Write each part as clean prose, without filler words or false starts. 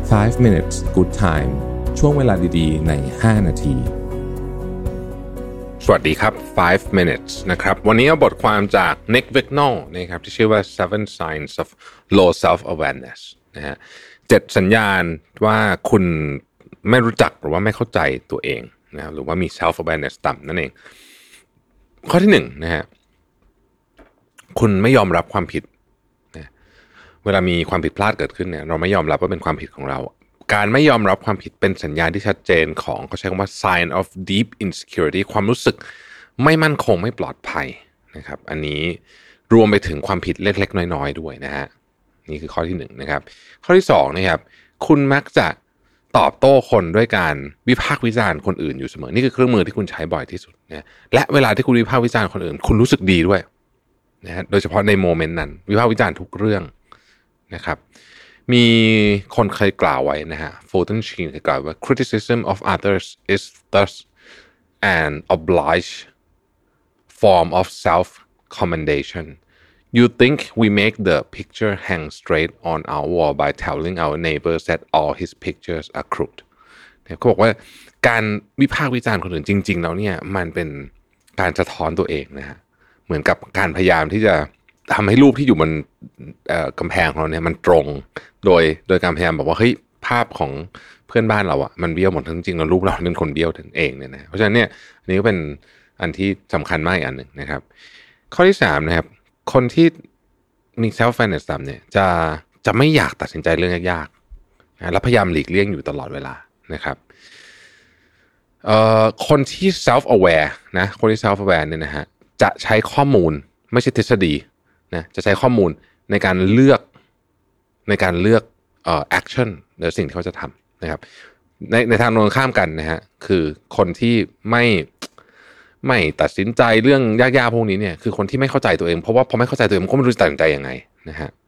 5 minutes good time ช่วงเวลาดีๆใน5นาทีสวัสดีครับ5 minutes นะครับวันนี้เอาบทความจาก Nick Vignol นะครับที่ชื่อว่า Seven Signs of Low Self-Awareness นะฮะ7สัญญาณว่าคุณไม่รู้จักหรือว่าไม่เข้าใจตัวเองนะครับหรือว่ามี self-awareness ต่ำนั่นเองข้อที่1นะฮะคุณไม่ยอมรับความผิดนะเวลามีความผิดพลาดเกิดขึ้นเนี่ยเราไม่ยอมรับว่าเป็นความผิดของเราการไม่ยอมรับความผิดเป็นสัญญาณที่ชัดเจนของเขาใช้คำว่า sign of deep insecurity ความรู้สึกไม่มั่นคงไม่ปลอดภัยนะครับอันนี้รวมไปถึงความผิดเล็กๆน้อยๆด้วยนะฮะนี่คือข้อที่1นะครับข้อที่2นะครับคุณมักจะตอบโต้คนด้วยการวิพากษ์วิจารณ์คนอื่นอยู่เสมอนี่คือเครื่องมือที่คุณใช้บ่อยที่สุดนะและเวลาที่คุณวิพากษ์วิจารณ์คนอื่นคุณรู้สึกดีด้วยนะฮะโดยเฉพาะในโมเมนต์นั้นวิพากษ์วิจารณ์ทุกเรื่องนะครับมีคนเคยกล่าวไว้นะฮะFulton Sheen เคยกล่าวว่า criticism of others is thus an obliged form of self-commendation. You think we make the picture hang straight on our wall by telling our neighbors that all his pictures are crooked. เขาบอกว่าการวิพากษ์วิจารณ์คนอื่นจริงๆแล้วเนี่ยมันเป็นการสะท้อนตัวเองนะฮะเหมือนกับการพยายามที่จะทำให้รูปที่อยู่บนกำแพงของเราเนี่ยมันตรงโดยการพยายามบอกว่าเฮ้ยภาพของเพื่อนบ้านเราอ่ะมันเบี้ยวหมดทั้งจริงแล้วรูปเราเป็นคนเบี้ยวเองเนี่ยนะเพราะฉะนั้นเนี่ยอันนี้ก็เป็นอันที่สำคัญมากอีกอันหนึ่งนะครับข้อที่3นะครับคนที่มี self awareness ต่ำเนี่ยจะไม่อยากตัดสินใจเรื่องยากๆนะและพยายามหลีกเลี่ยงอยู่ตลอดเวลานะครับคนที่ self aware นะคนที่ self aware เนี่ยนะฮะจะใช้ข้อมูลไม่ใช่ทฤษฎีนะจะใช้ข้อมูลในการเลือกaction หรือสิ่งที่เขาจะทำนะครับในทางตรงข้ามกันนะฮะคือคนที่ไม่ตัดสินใจเรื่องยากๆพวกนี้เนี่ยคือคนที่ไม่เข้าใจตัวเองเพราะว่าพอไม่เข้าใจตัวเองมันก็ไม่รู้จะตัดสินใจยังไงนะฮะ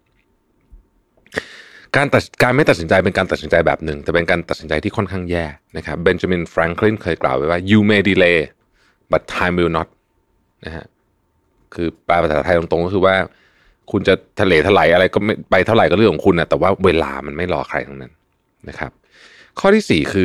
การไม่ตัดสินใจเป็นการตัดสินใจแบบหนึ่งแต่เป็นการตัดสินใจที่ค่อนข้างแย่นะครับเบนจามินแฟรงคลินเคยกล่าวไว้ว่า you may delay but time will not นะฮะคือแปลภาษาไทยตรงๆก็คือว่าคุณจะทะเลถลายอะไรก็ไม่ไปเท่าไหร่ก็เรื่องของคุณนะแต่ว่าเวลามันไม่รอใครทั้งนั้นนะครับข้อที่4คือ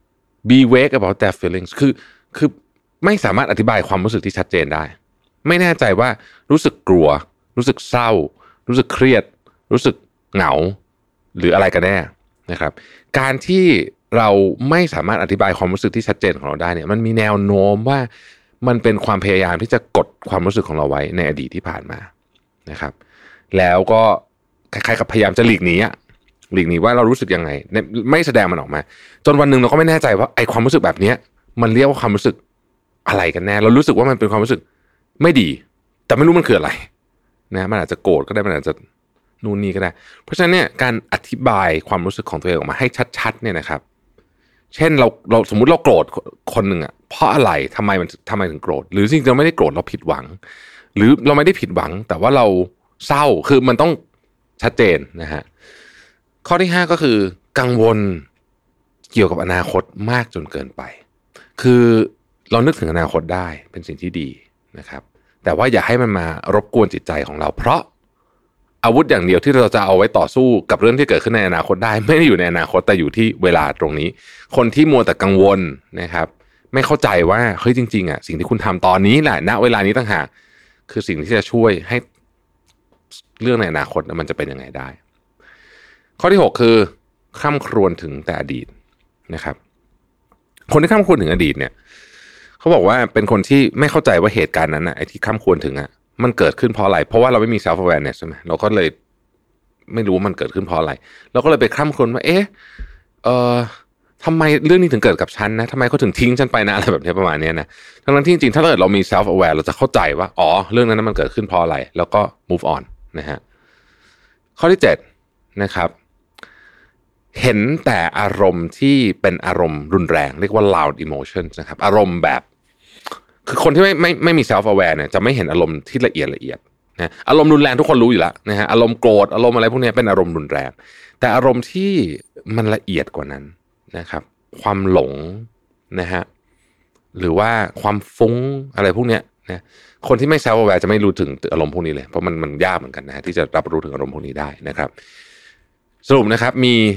be vague about their feelings คือไม่สามารถอธิบายความรู้สึกที่ชัดเจนได้ไม่แน่ใจว่ารู้สึกกลัวรู้สึกเศร้ารู้สึกเครียดรู้สึกเหงาหรืออะไรกันแน่นะครับการที่เราไม่สามารถอธิบายความรู้สึกที่ชัดเจนของเราได้เนี่ยมันมีแนวโน้มว่ามันเป็นความพยายามที่จะกดความรู้สึกของเราไว้ในอดีตที่ผ่านมานะครับแล้วก็คล้ายๆกับพยายามจะหลีกหนีว่าเรารู้สึกยังไงไม่แสดงมันออกมาจนวันหนึ่งเราก็ไม่แน่ใจว่าไอ้ความรู้สึกแบบนี้มันเรียกว่าความรู้สึกอะไรกันแน่เรารู้สึกว่ามันเป็นความรู้สึกไม่ดีแต่ไม่รู้มันคืออะไรนะมันอาจจะโกรธก็ได้มันอาจจะนู่นนี่ก็ได้เพราะฉะนั้นเนี่ยการอธิบายความรู้สึกของตัวเองออกมาให้ชัดๆเนี่ยนะครับเช่นเราสมมุติเราโกรธคนหนึ่งอ่ะเพราะอะไรทำไมถึงโกรธหรือจริงๆเราไม่ได้โกรธเราผิดหวังหรือเราไม่ได้ผิดหวังแต่ว่าเราเศร้าคือมันต้องชัดเจนนะฮะข้อที่5ก็คือกังวลเกี่ยวกับอนาคตมากจนเกินไปคือเรานึกถึงอนาคตได้เป็นสิ่งที่ดีนะครับแต่ว่าอย่าให้มันมารบกวนจิตใจของเราเพราะอาวุธอย่างเดียวที่เราจะเอาไว้ต่อสู้กับเรื่องที่เกิดขึ้นในอนาคตได้ไม่ได้อยู่ในอนาคตแต่อยู่ที่เวลาตรงนี้คนที่มัวแต่กังวลนะครับไม่เข้าใจว่าเฮ้ยจริงๆอ่ะสิ่งที่คุณทำตอนนี้แหละณเวลานี้ต่างหากคือสิ่งที่จะช่วยให้เรื่องในอนาคตมันจะเป็นยังไงได้ข้อที่6คือคร่ำครวญถึงแต่อดีตนะครับคนที่คร่ำครวญถึงอดีตเนี่ยเขาบอกว่าเป็นคนที่ไม่เข้าใจว่าเหตุการณ์นั้นนะไอ้ที่คร่ำครวญถึงอ่ะมันเกิดขึ้นเพราะอะไรเพราะว่าเราไม่มี self awareness ใช่ไหมเราก็เลยไม่รู้ว่ามันเกิดขึ้นเพราะอะไรเราก็เลยไปคร่ำครวญว่าทำไมเรื่องนี้ถึงเกิดกับฉันนะทำไมเขาถึงทิ้งฉันไปนะอะไรแบบนี้ประมาณนี้นะทั้งที่จริงๆถ้าเกิดเรามี self aware เราจะเข้าใจว่าอ๋อเรื่องนั้นมันเกิดขึ้นเพราะอะไรแล้วก็ move on นะฮะข้อที่7นะครับเห็นแต่อารมณ์ที่เป็นอารมณ์รุนแรงเรียกว่า loud emotions นะครับอารมณ์แบบคือคนที่ไม่มี self aware เนี่ยจะไม่เห็นอารมณ์ที่ละเอียดนะอารมณ์รุนแรงทุกคนรู้อยู่แล้วนะฮะอารมณ์โกรธอารมณ์อะไรพวกนี้เป็นอารมณ์รุนแรงแต่อารมณ์ที่มันละเอียดกว่านั้นนะครับความหลงนะฮะหรือว่าความฟุ้งอะไรพวกเนี้ยนะคนที่ไม่ self aware จะไม่รู้ถึงอารมณ์พวกนี้เลยเพราะมันยากเหมือนกันนะฮะที่จะรับรู้ถึงอารมณ์พวกนี้ได้นะครับสรุปนะครับมี7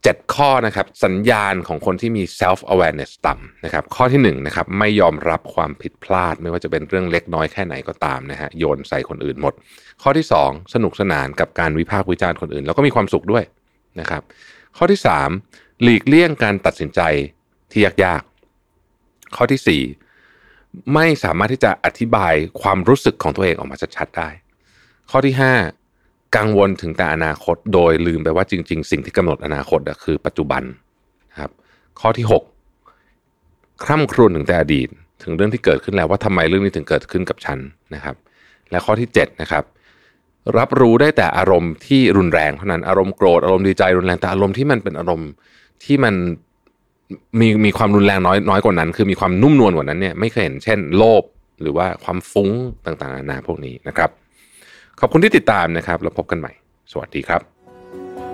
7ข้อนะครับสัญญาณของคนที่มี self awareness ต่ำนะครับข้อที่1นะครับไม่ยอมรับความผิดพลาดไม่ว่าจะเป็นเรื่องเล็กน้อยแค่ไหนก็ตามนะฮะโยนใส่คนอื่นหมดข้อที่2สนุกสนานกับการวิพากษ์วิจารณ์คนอื่นแล้วก็มีความสุขด้วยนะครับข้อที่3หลีกเลี่ยงการตัดสินใจที่ยากๆข้อที่4ไม่สามารถที่จะอธิบายความรู้สึกของตัวเองออกมาชัดๆได้ข้อที่5กังวลถึงแต่อนาคตโดยลืมไปว่าจริงๆสิ่งที่กำหนดอนาคตคือปัจจุบันครับข้อที่6คร่ำครวญถึงแต่อดีตถึงเรื่องที่เกิดขึ้นแล้วว่าทำไมเรื่องนี้ถึงเกิดขึ้นกับฉันนะครับและข้อที่7นะครับรับรู้ได้แต่อารมณ์ที่รุนแรงเท่านั้นอารมณ์โกรธอารมณ์ดีใจรุนแรงแต่อารมณ์ที่มันเป็นอารมณ์ที่มันมีความรุนแรงน้อยกว่านั้นคือมีความนุ่มนวลกว่านั้นเนี่ยไม่เคยเห็นเช่นโลภหรือว่าความฟุ้งต่างๆนานาพวกนี้นะครับขอบคุณที่ติดตามนะครับแล้วพบกันใหม่สวัสดีครับ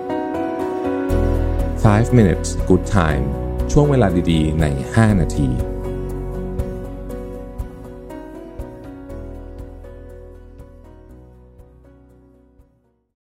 5 minutes good time ช่วงเวลาดีๆใน5นาที